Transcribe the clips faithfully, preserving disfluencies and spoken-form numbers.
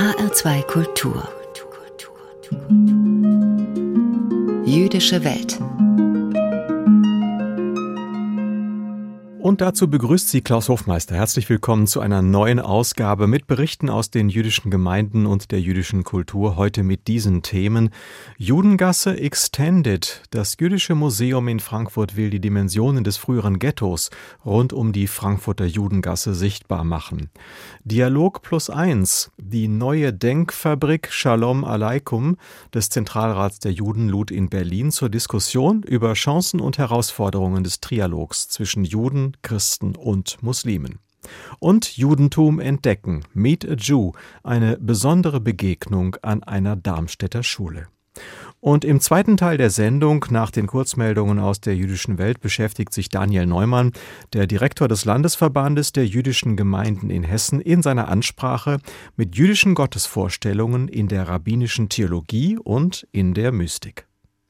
H R zwei Kultur. Jüdische Welt. Und dazu begrüßt Sie Klaus Hofmeister. Herzlich willkommen zu einer neuen Ausgabe mit Berichten aus den jüdischen Gemeinden und der jüdischen Kultur. Heute mit diesen Themen. Judengasse Extended. Das Jüdische Museum in Frankfurt will die Dimensionen des früheren Ghettos rund um die Frankfurter Judengasse sichtbar machen. Dialog plus eins. Die neue Denkfabrik Shalom Aleikum des Zentralrats der Juden lud in Berlin zur Diskussion über Chancen und Herausforderungen des Trialogs zwischen Juden, Christen und Muslimen. Und Judentum entdecken, Meet a Jew, eine besondere Begegnung an einer Darmstädter Schule. Und im zweiten Teil der Sendung, nach den Kurzmeldungen aus der jüdischen Welt, beschäftigt sich Daniel Neumann, der Direktor des Landesverbandes der jüdischen Gemeinden in Hessen, in seiner Ansprache mit jüdischen Gottesvorstellungen in der rabbinischen Theologie und in der Mystik.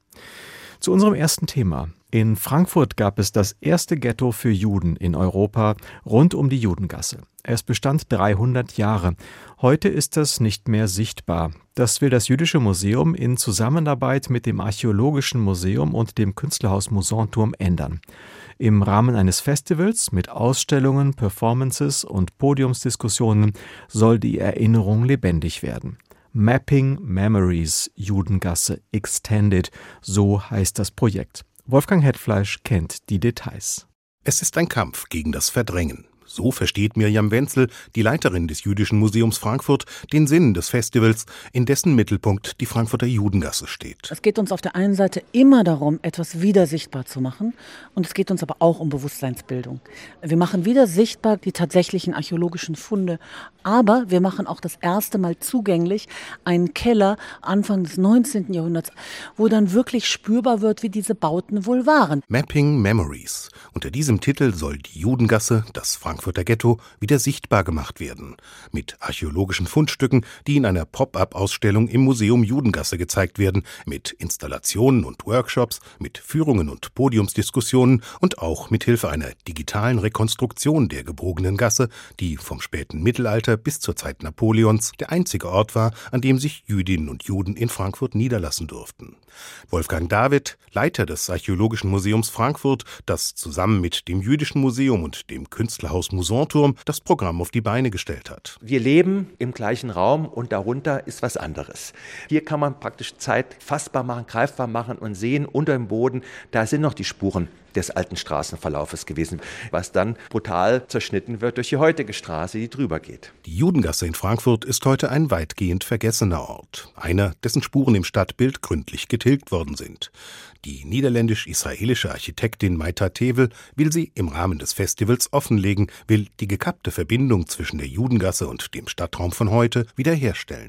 Zu unserem ersten Thema. In Frankfurt gab es das erste Ghetto für Juden in Europa rund um die Judengasse. Es bestand dreihundert Jahre. Heute ist das nicht mehr sichtbar. Das will das Jüdische Museum in Zusammenarbeit mit dem Archäologischen Museum und dem Künstlerhaus Mousonturm ändern. Im Rahmen eines Festivals mit Ausstellungen, Performances und Podiumsdiskussionen soll die Erinnerung lebendig werden. Mapping Memories, Judengasse Extended, so heißt das Projekt. Wolfgang Hetfleisch kennt die Details. Es ist ein Kampf gegen das Verdrängen. So versteht Mirjam Wenzel, die Leiterin des Jüdischen Museums Frankfurt, den Sinn des Festivals, in dessen Mittelpunkt die Frankfurter Judengasse steht. Es geht uns auf der einen Seite immer darum, etwas wieder sichtbar zu machen. Und es geht uns aber auch um Bewusstseinsbildung. Wir machen wieder sichtbar die tatsächlichen archäologischen Funde. Aber wir machen auch das erste Mal zugänglich einen Keller Anfang des neunzehnten Jahrhunderts, wo dann wirklich spürbar wird, wie diese Bauten wohl waren. Mapping Memories. Unter diesem Titel soll die Judengasse, das Frankfurter Ghetto, wieder sichtbar gemacht werden. Mit archäologischen Fundstücken, die in einer Pop-up-Ausstellung im Museum Judengasse gezeigt werden, mit Installationen und Workshops, mit Führungen und Podiumsdiskussionen und auch mit Hilfe einer digitalen Rekonstruktion der gebogenen Gasse, die vom späten Mittelalter bis zur Zeit Napoleons der einzige Ort war, an dem sich Jüdinnen und Juden in Frankfurt niederlassen durften. Wolfgang David, Leiter des Archäologischen Museums Frankfurt, das zusammen mit dem Jüdischen Museum und dem Künstlerhaus Mousonturm das Programm auf die Beine gestellt hat. Wir leben im gleichen Raum und darunter ist was anderes. Hier kann man praktisch Zeit fassbar machen, greifbar machen und sehen, unter dem Boden, da sind noch die Spuren des alten Straßenverlaufes gewesen, was dann brutal zerschnitten wird durch die heutige Straße, die drüber geht. Die Judengasse in Frankfurt ist heute ein weitgehend vergessener Ort. Einer, dessen Spuren im Stadtbild gründlich getilgt worden sind. Die niederländisch-israelische Architektin Maita Tevel will sie im Rahmen des Festivals offenlegen, will die gekappte Verbindung zwischen der Judengasse und dem Stadtraum von heute wiederherstellen.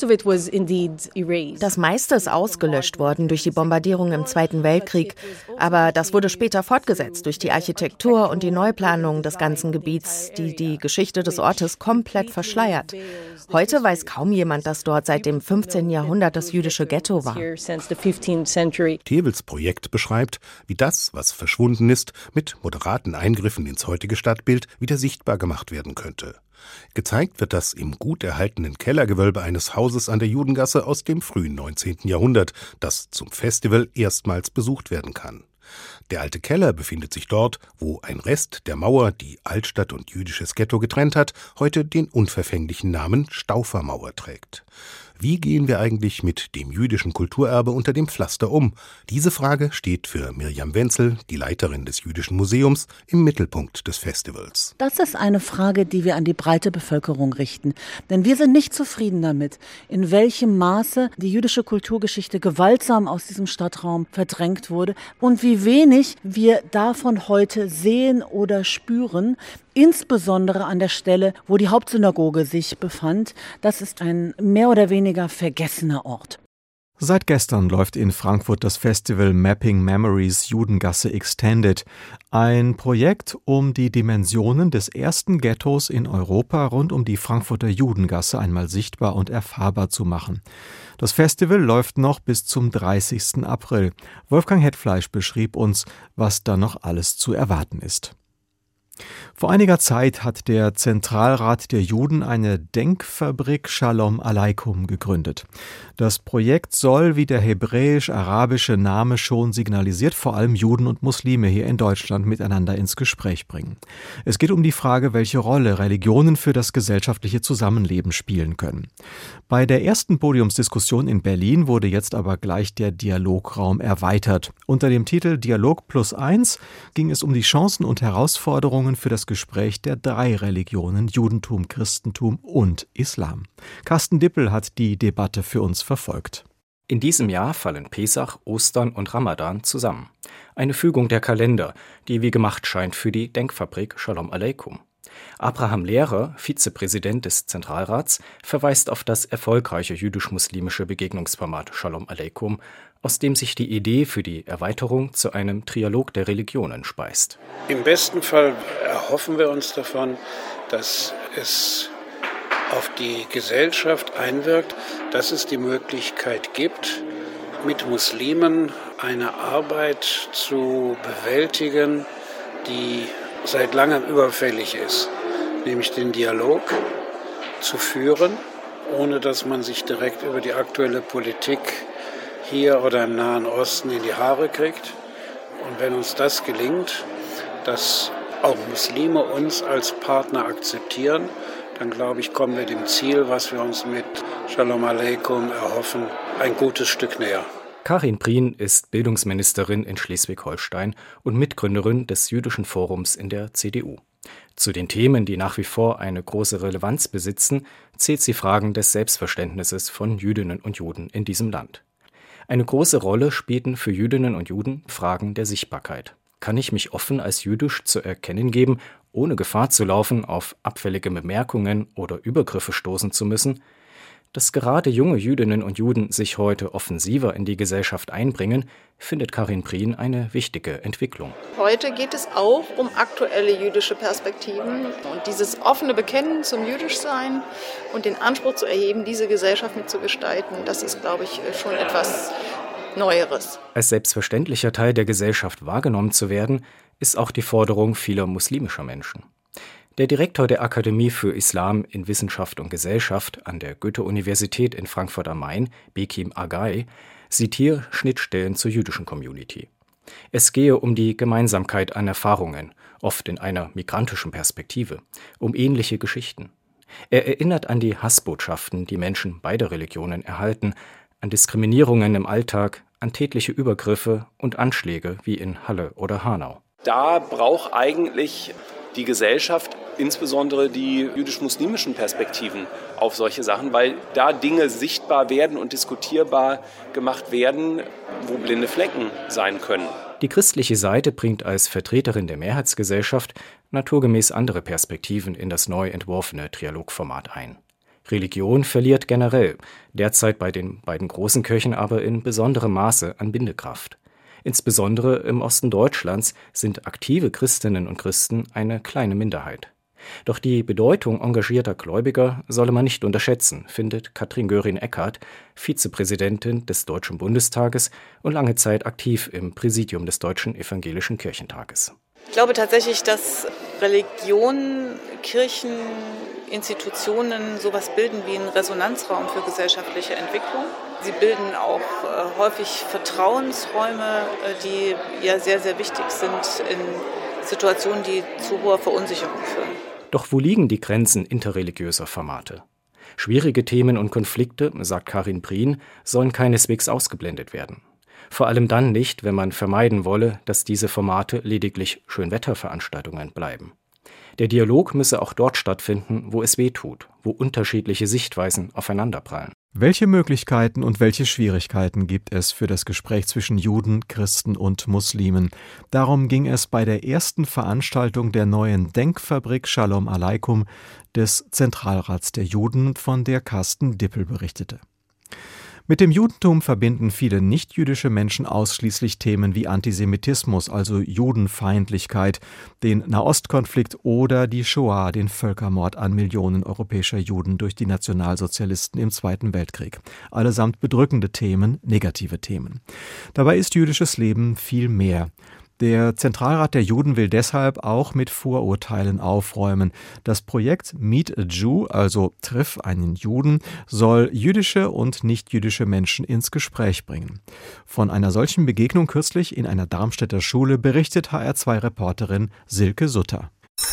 Das meiste ist ausgelöscht worden durch die Bombardierung im Zweiten Weltkrieg, aber das wurde später fortgesetzt durch die Architektur und die Neuplanung des ganzen Gebiets, die die Geschichte des Ortes komplett verschleiert. Heute weiß kaum jemand, dass dort seit dem fünfzehnten Jahrhundert das jüdische Ghetto war. Tevels Projekt beschreibt, wie das, was verschwunden ist, mit moderaten Eingriffen ins heutige Stadtbild wieder sichtbar gemacht werden könnte. Gezeigt wird das im gut erhaltenen Kellergewölbe eines Hauses an der Judengasse aus dem frühen neunzehnten Jahrhundert, das zum Festival erstmals besucht werden kann. Der alte Keller befindet sich dort, wo ein Rest der Mauer, die Altstadt und jüdisches Ghetto getrennt hat, heute den unverfänglichen Namen Staufermauer trägt. Wie gehen wir eigentlich mit dem jüdischen Kulturerbe unter dem Pflaster um? Diese Frage steht für Mirjam Wenzel, die Leiterin des Jüdischen Museums, im Mittelpunkt des Festivals. Das ist eine Frage, die wir an die breite Bevölkerung richten. Denn wir sind nicht zufrieden damit, in welchem Maße die jüdische Kulturgeschichte gewaltsam aus diesem Stadtraum verdrängt wurde und wie wenig wir davon heute sehen oder spüren. Insbesondere an der Stelle, wo die Hauptsynagoge sich befand. Das ist ein mehr oder weniger vergessener Ort. Seit gestern läuft in Frankfurt das Festival Mapping Memories Judengasse Extended, ein Projekt, um die Dimensionen des ersten Ghettos in Europa rund um die Frankfurter Judengasse einmal sichtbar und erfahrbar zu machen. Das Festival läuft noch bis zum dreißigsten April. Wolfgang Hetfleisch beschrieb uns, was da noch alles zu erwarten ist. Vor einiger Zeit hat der Zentralrat der Juden eine Denkfabrik Shalom Aleikum gegründet. Das Projekt soll, wie der hebräisch-arabische Name schon signalisiert, vor allem Juden und Muslime hier in Deutschland miteinander ins Gespräch bringen. Es geht um die Frage, welche Rolle Religionen für das gesellschaftliche Zusammenleben spielen können. Bei der ersten Podiumsdiskussion in Berlin wurde jetzt aber gleich der Dialograum erweitert. Unter dem Titel Dialog plus eins ging es um die Chancen und Herausforderungen für das Gespräch der drei Religionen Judentum, Christentum und Islam. Carsten Dippel hat die Debatte für uns verfolgt. In diesem Jahr fallen Pesach, Ostern und Ramadan zusammen. Eine Fügung der Kalender, die wie gemacht scheint für die Denkfabrik Shalom Aleikum. Abraham Lehrer, Vizepräsident des Zentralrats, verweist auf das erfolgreiche jüdisch-muslimische Begegnungsformat Shalom Aleikum, aus dem sich die Idee für die Erweiterung zu einem Trialog der Religionen speist. Im besten Fall erhoffen wir uns davon, dass es auf die Gesellschaft einwirkt, dass es die Möglichkeit gibt, mit Muslimen eine Arbeit zu bewältigen, die seit langem überfällig ist, nämlich den Dialog zu führen, ohne dass man sich direkt über die aktuelle Politik hier oder im Nahen Osten in die Haare kriegt. Und wenn uns das gelingt, dass auch Muslime uns als Partner akzeptieren, dann glaube ich, kommen wir dem Ziel, was wir uns mit Shalom Aleikum erhoffen, ein gutes Stück näher. Karin Prien ist Bildungsministerin in Schleswig-Holstein und Mitgründerin des Jüdischen Forums in der C D U. Zu den Themen, die nach wie vor eine große Relevanz besitzen, zählt sie Fragen des Selbstverständnisses von Jüdinnen und Juden in diesem Land. Eine große Rolle spielten für Jüdinnen und Juden Fragen der Sichtbarkeit. Kann ich mich offen als jüdisch zu erkennen geben, ohne Gefahr zu laufen, auf abfällige Bemerkungen oder Übergriffe stoßen zu müssen? Dass gerade junge Jüdinnen und Juden sich heute offensiver in die Gesellschaft einbringen, findet Karin Prien eine wichtige Entwicklung. Heute geht es auch um aktuelle jüdische Perspektiven und dieses offene Bekennen zum Jüdischsein und den Anspruch zu erheben, diese Gesellschaft mitzugestalten, das ist, glaube ich, schon etwas Neueres. Als selbstverständlicher Teil der Gesellschaft wahrgenommen zu werden, ist auch die Forderung vieler muslimischer Menschen. Der Direktor der Akademie für Islam in Wissenschaft und Gesellschaft an der Goethe-Universität in Frankfurt am Main, Bekim Agay, sieht hier Schnittstellen zur jüdischen Community. Es gehe um die Gemeinsamkeit an Erfahrungen, oft in einer migrantischen Perspektive, um ähnliche Geschichten. Er erinnert an die Hassbotschaften, die Menschen beider Religionen erhalten, an Diskriminierungen im Alltag, an tätliche Übergriffe und Anschläge wie in Halle oder Hanau. Da braucht eigentlich die Gesellschaft, insbesondere die jüdisch-muslimischen Perspektiven auf solche Sachen, weil da Dinge sichtbar werden und diskutierbar gemacht werden, wo blinde Flecken sein können. Die christliche Seite bringt als Vertreterin der Mehrheitsgesellschaft naturgemäß andere Perspektiven in das neu entworfene Trialogformat ein. Religion verliert generell, derzeit bei den beiden großen Kirchen aber in besonderem Maße an Bindekraft. Insbesondere im Osten Deutschlands sind aktive Christinnen und Christen eine kleine Minderheit. Doch die Bedeutung engagierter Gläubiger solle man nicht unterschätzen, findet Katrin Göring-Eckardt, Vizepräsidentin des Deutschen Bundestages und lange Zeit aktiv im Präsidium des Deutschen Evangelischen Kirchentages. Ich glaube tatsächlich, dass Religion, Kirchen, Institutionen sowas bilden wie einen Resonanzraum für gesellschaftliche Entwicklung. Sie bilden auch äh, häufig Vertrauensräume, äh, die ja sehr, sehr wichtig sind in Situationen, die zu hoher Verunsicherung führen. Doch wo liegen die Grenzen interreligiöser Formate? Schwierige Themen und Konflikte, sagt Karin Prien, sollen keineswegs ausgeblendet werden. Vor allem dann nicht, wenn man vermeiden wolle, dass diese Formate lediglich Schönwetterveranstaltungen bleiben. Der Dialog müsse auch dort stattfinden, wo es weh tut, wo unterschiedliche Sichtweisen aufeinanderprallen. Welche Möglichkeiten und welche Schwierigkeiten gibt es für das Gespräch zwischen Juden, Christen und Muslimen? Darum ging es bei der ersten Veranstaltung der neuen Denkfabrik Shalom Aleikum des Zentralrats der Juden, von der Carsten Dippel berichtete. Mit dem Judentum verbinden viele nichtjüdische Menschen ausschließlich Themen wie Antisemitismus, also Judenfeindlichkeit, den Nahostkonflikt oder die Shoah, den Völkermord an Millionen europäischer Juden durch die Nationalsozialisten im Zweiten Weltkrieg. Allesamt bedrückende Themen, negative Themen. Dabei ist jüdisches Leben viel mehr. Der Zentralrat der Juden will deshalb auch mit Vorurteilen aufräumen. Das Projekt Meet a Jew, also Triff einen Juden, soll jüdische und nichtjüdische Menschen ins Gespräch bringen. Von einer solchen Begegnung kürzlich in einer Darmstädter Schule berichtet H R zwei Reporterin Silke Sutter.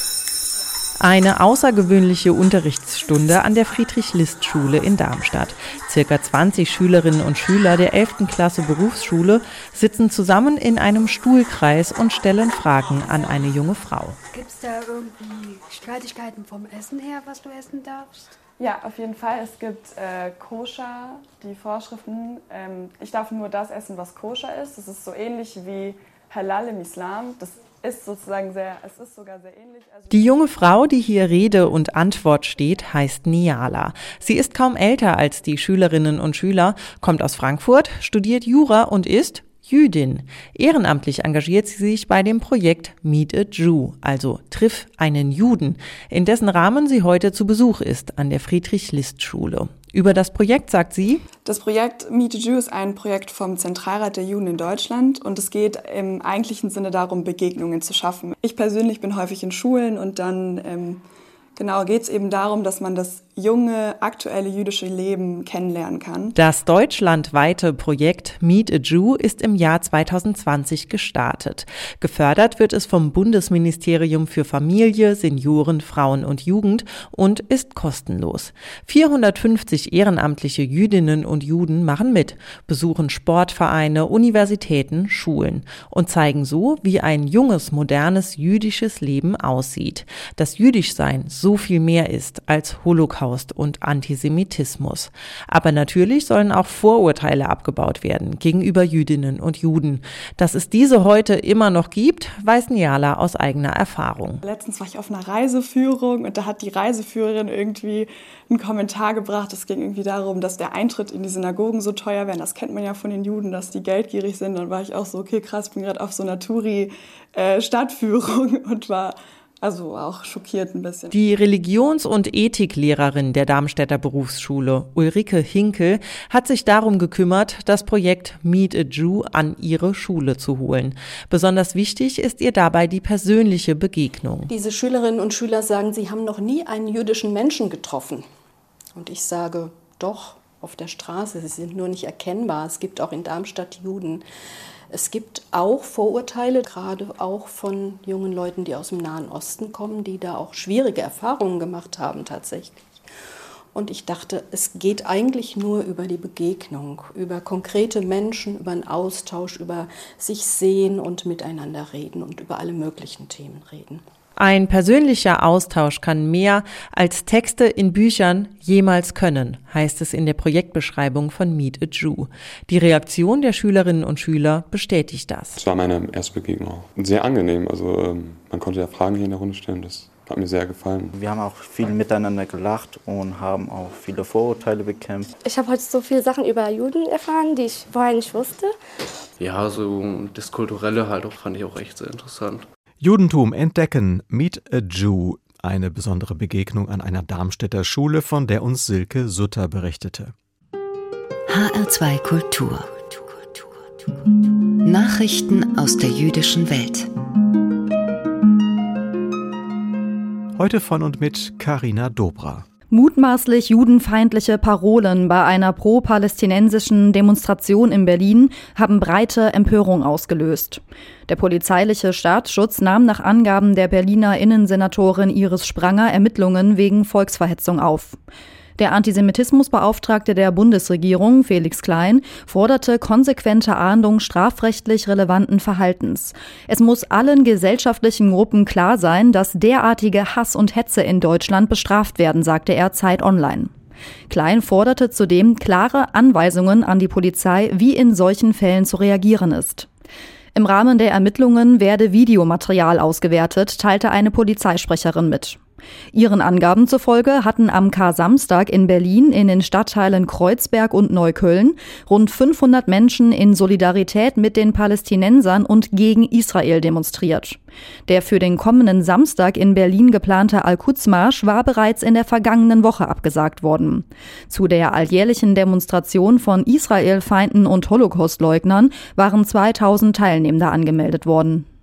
Eine außergewöhnliche Unterrichtsstunde an der Friedrich-List-Schule in Darmstadt. Circa zwanzig Schülerinnen und Schüler der elften Klasse Berufsschule sitzen zusammen in einem Stuhlkreis und stellen Fragen an eine junge Frau. Gibt es da irgendwie Streitigkeiten vom Essen her, was du essen darfst? Ja, auf jeden Fall. Es gibt äh, Koscher, die Vorschriften. Ähm, ich darf nur das essen, was koscher ist. Das ist so ähnlich wie Halal im Islam. Das ist sozusagen sehr, es ist sogar sehr ähnlich. Also die junge Frau, die hier Rede und Antwort steht, heißt Niala. Sie ist kaum älter als die Schülerinnen und Schüler, kommt aus Frankfurt, studiert Jura und ist Jüdin. Ehrenamtlich engagiert sie sich bei dem Projekt Meet a Jew, also Triff einen Juden, in dessen Rahmen sie heute zu Besuch ist an der Friedrich-List-Schule. Über das Projekt sagt sie: Das Projekt Meet a Jew ist ein Projekt vom Zentralrat der Juden in Deutschland und es geht im eigentlichen Sinne darum, Begegnungen zu schaffen. Ich persönlich bin häufig in Schulen und dann ähm, genau geht es eben darum, dass man das junge, aktuelle jüdische Leben kennenlernen kann. Das deutschlandweite Projekt Meet a Jew ist im Jahr zwanzig zwanzig gestartet. Gefördert wird es vom Bundesministerium für Familie, Senioren, Frauen und Jugend und ist kostenlos. vierhundertfünfzig ehrenamtliche Jüdinnen und Juden machen mit, besuchen Sportvereine, Universitäten, Schulen und zeigen so, wie ein junges, modernes jüdisches Leben aussieht. Das Jüdischsein so viel mehr ist als Holocaust und Antisemitismus. Aber natürlich sollen auch Vorurteile abgebaut werden gegenüber Jüdinnen und Juden. Dass es diese heute immer noch gibt, weiß Niala aus eigener Erfahrung. Letztens war ich auf einer Reiseführung und da hat die Reiseführerin irgendwie einen Kommentar gebracht. Es ging irgendwie darum, dass der Eintritt in die Synagogen so teuer wäre. Das kennt man ja von den Juden, dass die geldgierig sind. Dann war ich auch so, okay, krass, ich bin gerade auf so einer Touri-Stadtführung und war also auch schockiert ein bisschen. Die Religions- und Ethiklehrerin der Darmstädter Berufsschule, Ulrike Hinkel, hat sich darum gekümmert, das Projekt Meet a Jew an ihre Schule zu holen. Besonders wichtig ist ihr dabei die persönliche Begegnung. Diese Schülerinnen und Schüler sagen, sie haben noch nie einen jüdischen Menschen getroffen. Und ich sage, doch, auf der Straße, sie sind nur nicht erkennbar. Es gibt auch in Darmstadt Juden. Es gibt auch Vorurteile, gerade auch von jungen Leuten, die aus dem Nahen Osten kommen, die da auch schwierige Erfahrungen gemacht haben tatsächlich. Und ich dachte, es geht eigentlich nur über die Begegnung, über konkrete Menschen, über einen Austausch, über sich sehen und miteinander reden und über alle möglichen Themen reden. Ein persönlicher Austausch kann mehr als Texte in Büchern jemals können, heißt es in der Projektbeschreibung von Meet a Jew. Die Reaktion der Schülerinnen und Schüler bestätigt das. Es war meine erste Begegnung. Sehr angenehm. Also ähm, man konnte ja Fragen hier in der Runde stellen. Das hat mir sehr gefallen. Wir haben auch viel miteinander gelacht und haben auch viele Vorurteile bekämpft. Ich habe heute so viele Sachen über Juden erfahren, die ich vorher nicht wusste. Ja, so das Kulturelle halt auch fand ich auch echt sehr interessant. Judentum entdecken, Meet a Jew, eine besondere Begegnung an einer Darmstädter Schule, von der uns Silke Sutter berichtete. H R zwei Kultur. Nachrichten aus der jüdischen Welt. Heute von und mit Carina Dobra. Mutmaßlich judenfeindliche Parolen bei einer pro-palästinensischen Demonstration in Berlin haben breite Empörung ausgelöst. Der polizeiliche Staatsschutz nahm nach Angaben der Berliner Innensenatorin Iris Spranger Ermittlungen wegen Volksverhetzung auf. Der Antisemitismusbeauftragte der Bundesregierung, Felix Klein, forderte konsequente Ahndung strafrechtlich relevanten Verhaltens. Es muss allen gesellschaftlichen Gruppen klar sein, dass derartige Hass und Hetze in Deutschland bestraft werden, sagte er Zeit Online. Klein forderte zudem klare Anweisungen an die Polizei, wie in solchen Fällen zu reagieren ist. Im Rahmen der Ermittlungen werde Videomaterial ausgewertet, teilte eine Polizeisprecherin mit. Ihren Angaben zufolge hatten am Kar-Samstag in Berlin in den Stadtteilen Kreuzberg und Neukölln rund fünfhundert Menschen in Solidarität mit den Palästinensern und gegen Israel demonstriert. Der für den kommenden Samstag in Berlin geplante Al-Quds-Marsch war bereits in der vergangenen Woche abgesagt worden. Zu der alljährlichen Demonstration von Israel-Feinden und Holocaustleugnern waren zweitausend Teilnehmende angemeldet worden.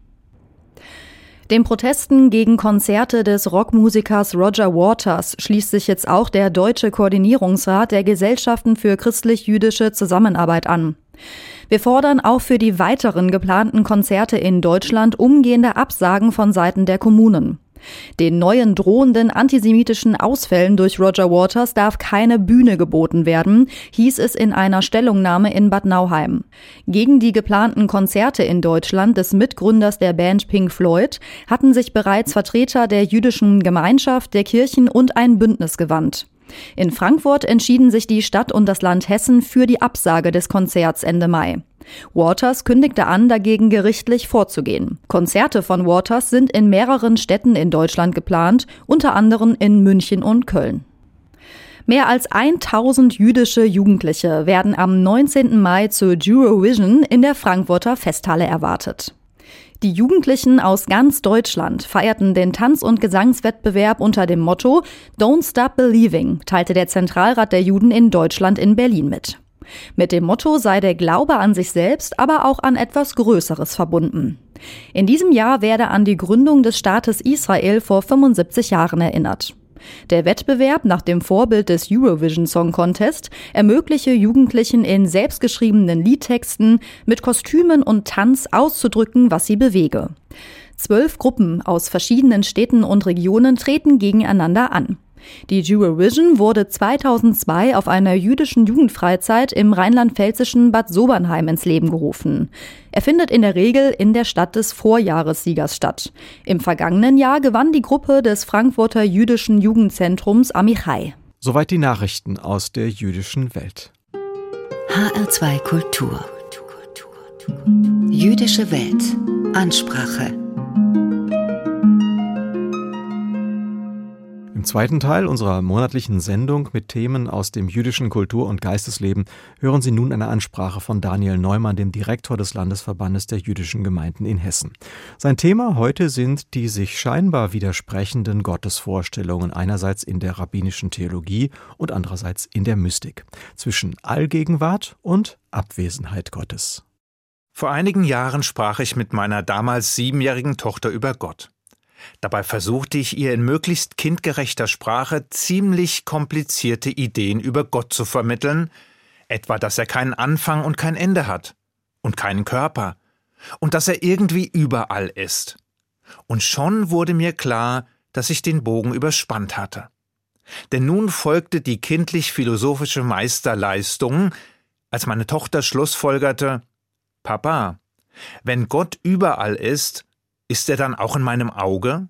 Den Protesten gegen Konzerte des Rockmusikers Roger Waters schließt sich jetzt auch der Deutsche Koordinierungsrat der Gesellschaften für christlich-jüdische Zusammenarbeit an. Wir fordern auch für die weiteren geplanten Konzerte in Deutschland umgehende Absagen von Seiten der Kommunen. Den neuen drohenden antisemitischen Ausfällen durch Roger Waters darf keine Bühne geboten werden, hieß es in einer Stellungnahme in Bad Nauheim. Gegen die geplanten Konzerte in Deutschland des Mitgründers der Band Pink Floyd hatten sich bereits Vertreter der jüdischen Gemeinschaft, der Kirchen und ein Bündnis gewandt. In Frankfurt entschieden sich die Stadt und das Land Hessen für die Absage des Konzerts Ende Mai. Waters kündigte an, dagegen gerichtlich vorzugehen. Konzerte von Waters sind in mehreren Städten in Deutschland geplant, unter anderem in München und Köln. Mehr als tausend jüdische Jugendliche werden am neunzehnten Mai zur Eurovision in der Frankfurter Festhalle erwartet. Die Jugendlichen aus ganz Deutschland feierten den Tanz- und Gesangswettbewerb unter dem Motto Don't Stop Believing, teilte der Zentralrat der Juden in Deutschland in Berlin mit. Mit dem Motto sei der Glaube an sich selbst, aber auch an etwas Größeres verbunden. In diesem Jahr werde an die Gründung des Staates Israel vor fünfundsiebzig Jahren erinnert. Der Wettbewerb nach dem Vorbild des Eurovision Song Contest ermögliche Jugendlichen in selbstgeschriebenen Liedtexten mit Kostümen und Tanz auszudrücken, was sie bewege. Zwölf Gruppen aus verschiedenen Städten und Regionen treten gegeneinander an. Die Eurovision wurde zweitausendzwei auf einer jüdischen Jugendfreizeit im rheinland-pfälzischen Bad Sobernheim ins Leben gerufen. Er findet in der Regel in der Stadt des Vorjahressiegers statt. Im vergangenen Jahr gewann die Gruppe des Frankfurter jüdischen Jugendzentrums Amichai. Soweit die Nachrichten aus der jüdischen Welt. H R zwei Kultur. Jüdische Welt. Ansprache. Im zweiten Teil unserer monatlichen Sendung mit Themen aus dem jüdischen Kultur- und Geistesleben hören Sie nun eine Ansprache von Daniel Neumann, dem Direktor des Landesverbandes der jüdischen Gemeinden in Hessen. Sein Thema heute sind die sich scheinbar widersprechenden Gottesvorstellungen, einerseits in der rabbinischen Theologie und andererseits in der Mystik, zwischen Allgegenwart und Abwesenheit Gottes. Vor einigen Jahren sprach ich mit meiner damals siebenjährigen Tochter über Gott. Dabei versuchte ich ihr in möglichst kindgerechter Sprache ziemlich komplizierte Ideen über Gott zu vermitteln, etwa, dass er keinen Anfang und kein Ende hat und keinen Körper und dass er irgendwie überall ist. Und schon wurde mir klar, dass ich den Bogen überspannt hatte. Denn nun folgte die kindlich-philosophische Meisterleistung, als meine Tochter schlussfolgerte: Papa, wenn Gott überall ist, ist er dann auch in meinem Auge?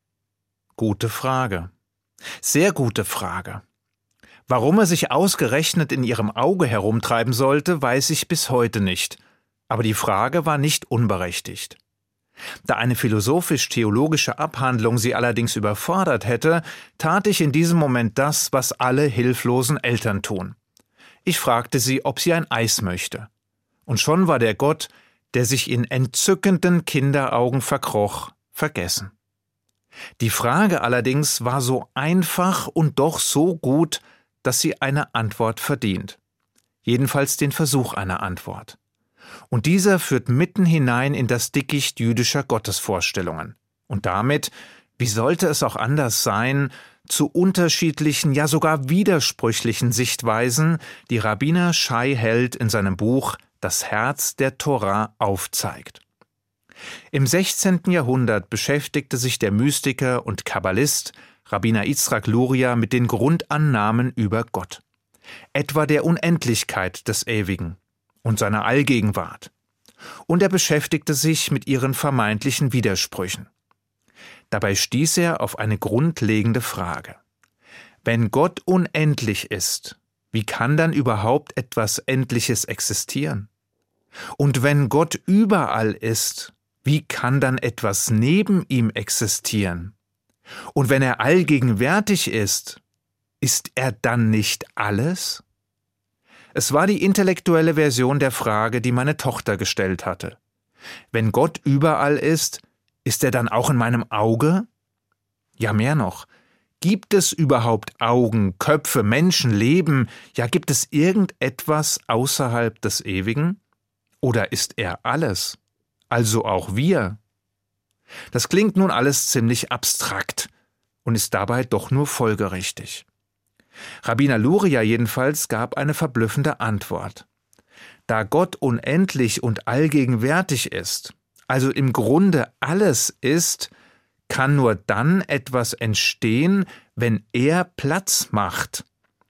Gute Frage. Sehr gute Frage. Warum er sich ausgerechnet in ihrem Auge herumtreiben sollte, weiß ich bis heute nicht. Aber die Frage war nicht unberechtigt. Da eine philosophisch-theologische Abhandlung sie allerdings überfordert hätte, tat ich in diesem Moment das, was alle hilflosen Eltern tun. Ich fragte sie, ob sie ein Eis möchte. Und schon war der Gott, der sich in entzückenden Kinderaugen verkroch, vergessen. Die Frage allerdings war so einfach und doch so gut, dass sie eine Antwort verdient. Jedenfalls den Versuch einer Antwort. Und dieser führt mitten hinein in das Dickicht jüdischer Gottesvorstellungen. Und damit, wie sollte es auch anders sein, zu unterschiedlichen, ja sogar widersprüchlichen Sichtweisen, die Rabbiner Shai Held in seinem Buch Das Herz der Torah aufzeigt. Im sechzehnten Jahrhundert beschäftigte sich der Mystiker und Kabbalist Rabbiner Yitzhak Luria mit den Grundannahmen über Gott, etwa der Unendlichkeit des Ewigen und seiner Allgegenwart. Und er beschäftigte sich mit ihren vermeintlichen Widersprüchen. Dabei stieß er auf eine grundlegende Frage. Wenn Gott unendlich ist, wie kann dann überhaupt etwas Endliches existieren? Und wenn Gott überall ist, wie kann dann etwas neben ihm existieren? Und wenn er allgegenwärtig ist, ist er dann nicht alles? Es war die intellektuelle Version der Frage, die meine Tochter gestellt hatte. Wenn Gott überall ist, ist er dann auch in meinem Auge? Ja, mehr noch. Gibt es überhaupt Augen, Köpfe, Menschen, Leben? Ja, gibt es irgendetwas außerhalb des Ewigen? Oder ist er alles? Also auch wir? Das klingt nun alles ziemlich abstrakt und ist dabei doch nur folgerichtig. Rabbiner Luria jedenfalls gab eine verblüffende Antwort. Da Gott unendlich und allgegenwärtig ist, also im Grunde alles ist, kann nur dann etwas entstehen, wenn er Platz macht.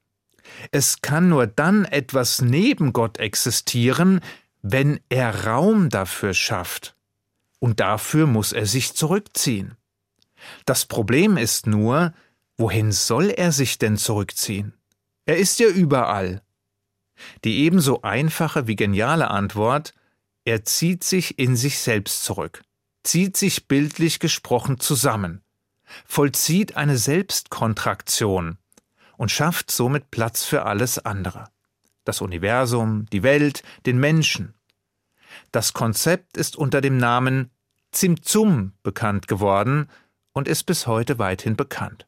Es kann nur dann etwas neben Gott existieren, wenn er Raum dafür schafft. Und dafür muss er sich zurückziehen. Das Problem ist nur, wohin soll er sich denn zurückziehen? Er ist ja überall. Die ebenso einfache wie geniale Antwort: Er zieht sich in sich selbst zurück, zieht sich bildlich gesprochen zusammen, vollzieht eine Selbstkontraktion und schafft somit Platz für alles andere. Das Universum, die Welt, den Menschen. Das Konzept ist unter dem Namen Tzimtzum bekannt geworden und ist bis heute weithin bekannt.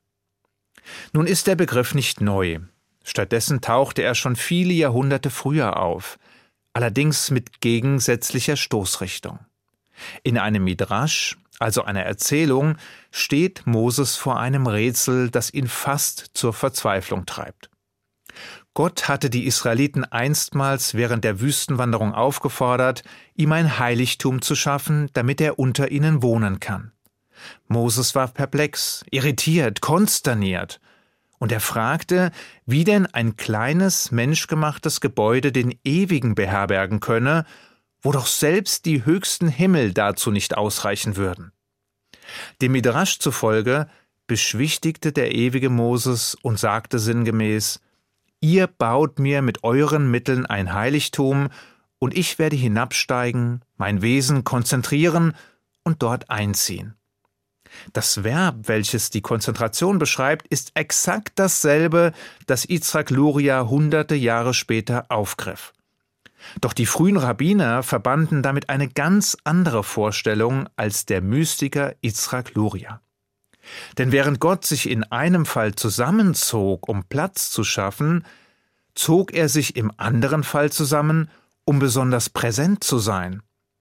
Nun ist der Begriff nicht neu. Stattdessen tauchte er schon viele Jahrhunderte früher auf, allerdings mit gegensätzlicher Stoßrichtung. In einem Midrasch, also einer Erzählung, steht Moses vor einem Rätsel, das ihn fast zur Verzweiflung treibt. Gott hatte die Israeliten einstmals während der Wüstenwanderung aufgefordert, ihm ein Heiligtum zu schaffen, damit er unter ihnen wohnen kann. Moses war perplex, irritiert, konsterniert, und er fragte, wie denn ein kleines, menschgemachtes Gebäude den Ewigen beherbergen könne, wo doch selbst die höchsten Himmel dazu nicht ausreichen würden. Dem Midrasch zufolge beschwichtigte der ewige Moses und sagte sinngemäß: Ihr baut mir mit euren Mitteln ein Heiligtum, und ich werde hinabsteigen, mein Wesen konzentrieren und dort einziehen. Das Verb, welches die Konzentration beschreibt, ist exakt dasselbe, das Yitzhak Luria hunderte Jahre später aufgriff. Doch die frühen Rabbiner verbanden damit eine ganz andere Vorstellung als der Mystiker Yitzhak Luria. Denn während Gott sich in einem Fall zusammenzog, um Platz zu schaffen, zog er sich im anderen Fall zusammen, um besonders präsent zu sein.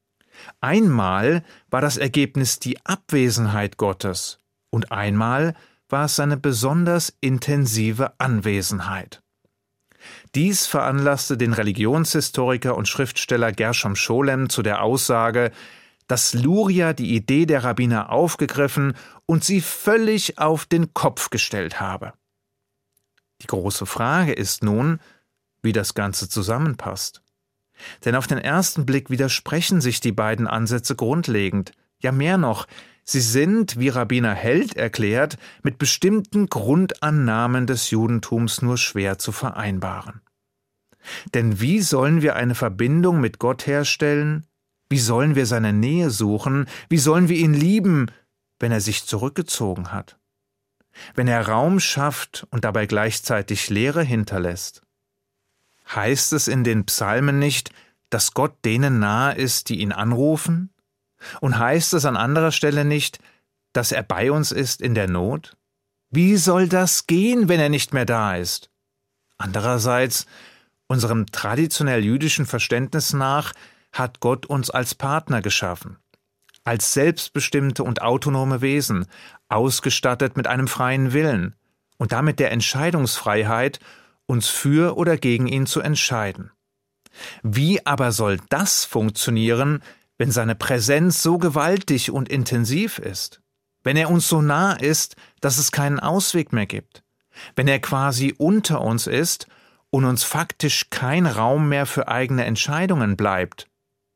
Einmal war das Ergebnis die Abwesenheit Gottes und einmal war es seine besonders intensive Anwesenheit. Dies veranlasste den Religionshistoriker und Schriftsteller Gershom Scholem zu der Aussage, dass Luria die Idee der Rabbiner aufgegriffen und sie völlig auf den Kopf gestellt habe. Die große Frage ist nun, wie das Ganze zusammenpasst. Denn auf den ersten Blick widersprechen sich die beiden Ansätze grundlegend. Ja, mehr noch, sie sind, wie Rabbiner Held erklärt, mit bestimmten Grundannahmen des Judentums nur schwer zu vereinbaren. Denn wie sollen wir eine Verbindung mit Gott herstellen? Wie sollen wir seine Nähe suchen? Wie sollen wir ihn lieben, wenn er sich zurückgezogen hat? Wenn er Raum schafft und dabei gleichzeitig Leere hinterlässt? Heißt es in den Psalmen nicht, dass Gott denen nahe ist, die ihn anrufen? Und heißt es an anderer Stelle nicht, dass er bei uns ist in der Not? Wie soll das gehen, wenn er nicht mehr da ist? Andererseits, unserem traditionell jüdischen Verständnis nach, hat Gott uns als Partner geschaffen, als selbstbestimmte und autonome Wesen, ausgestattet mit einem freien Willen und damit der Entscheidungsfreiheit, uns für oder gegen ihn zu entscheiden. Wie aber soll das funktionieren, wenn seine Präsenz so gewaltig und intensiv ist? Wenn er uns so nah ist, dass es keinen Ausweg mehr gibt? Wenn er quasi unter uns ist und uns faktisch kein Raum mehr für eigene Entscheidungen bleibt?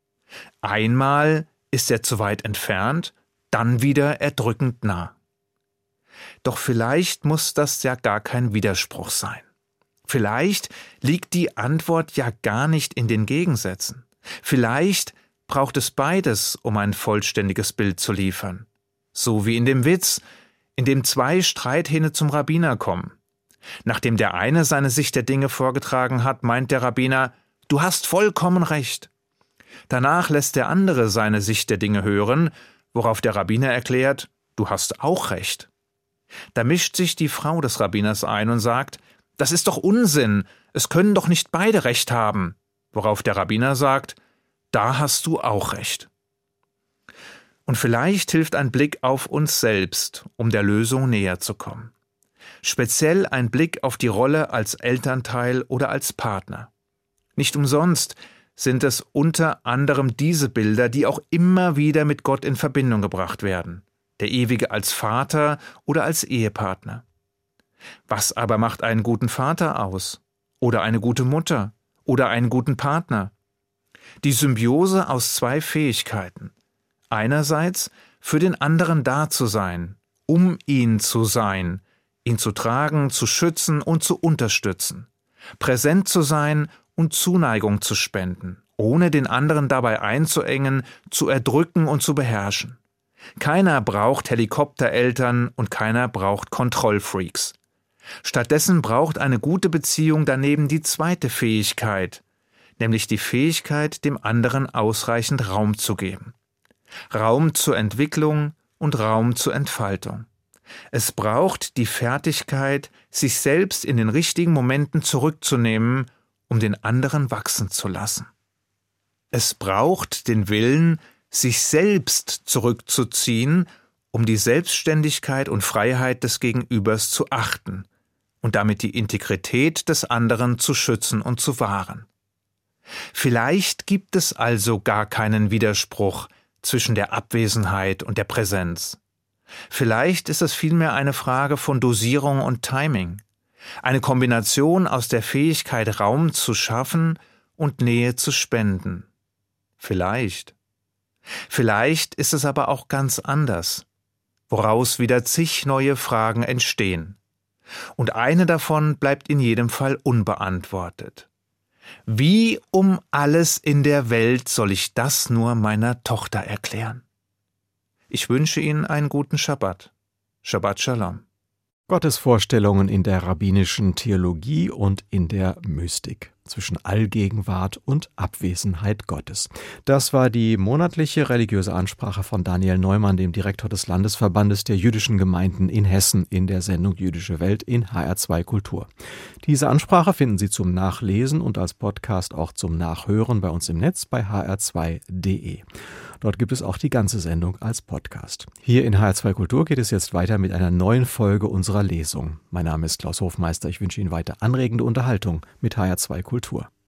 Einmal ist er zu weit entfernt, dann wieder erdrückend nah. Doch vielleicht muss das ja gar kein Widerspruch sein. Vielleicht liegt die Antwort ja gar nicht in den Gegensätzen. Vielleicht braucht es beides, um ein vollständiges Bild zu liefern. So wie in dem Witz, in dem zwei Streithähne zum Rabbiner kommen. Nachdem der eine seine Sicht der Dinge vorgetragen hat, meint der Rabbiner: Du hast vollkommen recht. Danach lässt der andere seine Sicht der Dinge hören, worauf der Rabbiner erklärt: Du hast auch recht. Da mischt sich die Frau des Rabbiners ein und sagt: Das ist doch Unsinn, es können doch nicht beide recht haben. Worauf der Rabbiner sagt: Da hast du auch recht. Und vielleicht hilft ein Blick auf uns selbst, um der Lösung näher zu kommen. Speziell ein Blick auf die Rolle als Elternteil oder als Partner. Nicht umsonst sind es unter anderem diese Bilder, die auch immer wieder mit Gott in Verbindung gebracht werden. Der Ewige als Vater oder als Ehepartner. Was aber macht einen guten Vater aus? Oder eine gute Mutter? Oder einen guten Partner? Die Symbiose aus zwei Fähigkeiten. Einerseits für den anderen da zu sein, um ihn zu sein, ihn zu tragen, zu schützen und zu unterstützen. Präsent zu sein und Zuneigung zu spenden, ohne den anderen dabei einzuengen, zu erdrücken und zu beherrschen. Keiner braucht Helikoptereltern und keiner braucht Kontrollfreaks. Stattdessen braucht eine gute Beziehung daneben die zweite Fähigkeit, nämlich die Fähigkeit, dem anderen ausreichend Raum zu geben. Raum zur Entwicklung und Raum zur Entfaltung. Es braucht die Fertigkeit, sich selbst in den richtigen Momenten zurückzunehmen, um den anderen wachsen zu lassen. Es braucht den Willen, sich selbst zurückzuziehen, um die Selbstständigkeit und Freiheit des Gegenübers zu achten und damit die Integrität des anderen zu schützen und zu wahren. Vielleicht gibt es also gar keinen Widerspruch zwischen der Abwesenheit und der Präsenz. Vielleicht ist es vielmehr eine Frage von Dosierung und Timing, eine Kombination aus der Fähigkeit, Raum zu schaffen und Nähe zu spenden. Vielleicht. Vielleicht ist es aber auch ganz anders, woraus wieder zig neue Fragen entstehen. Und eine davon bleibt in jedem Fall unbeantwortet. Wie um alles in der Welt soll ich das nur meiner Tochter erklären? Ich wünsche Ihnen einen guten Schabbat. Shabbat Shalom. Gottesvorstellungen in der rabbinischen Theologie und in der Mystik zwischen Allgegenwart und Abwesenheit Gottes. Das war die monatliche religiöse Ansprache von Daniel Neumann, dem Direktor des Landesverbandes der jüdischen Gemeinden in Hessen, in der Sendung Jüdische Welt in H R zwei Kultur. Diese Ansprache finden Sie zum Nachlesen und als Podcast auch zum Nachhören bei uns im Netz bei h r zwei punkt d e. Dort gibt es auch die ganze Sendung als Podcast. Hier in H R zwei Kultur geht es jetzt weiter mit einer neuen Folge unserer Lesung. Mein Name ist Klaus Hofmeister. Ich wünsche Ihnen weiter anregende Unterhaltung mit H R zwei Kultur.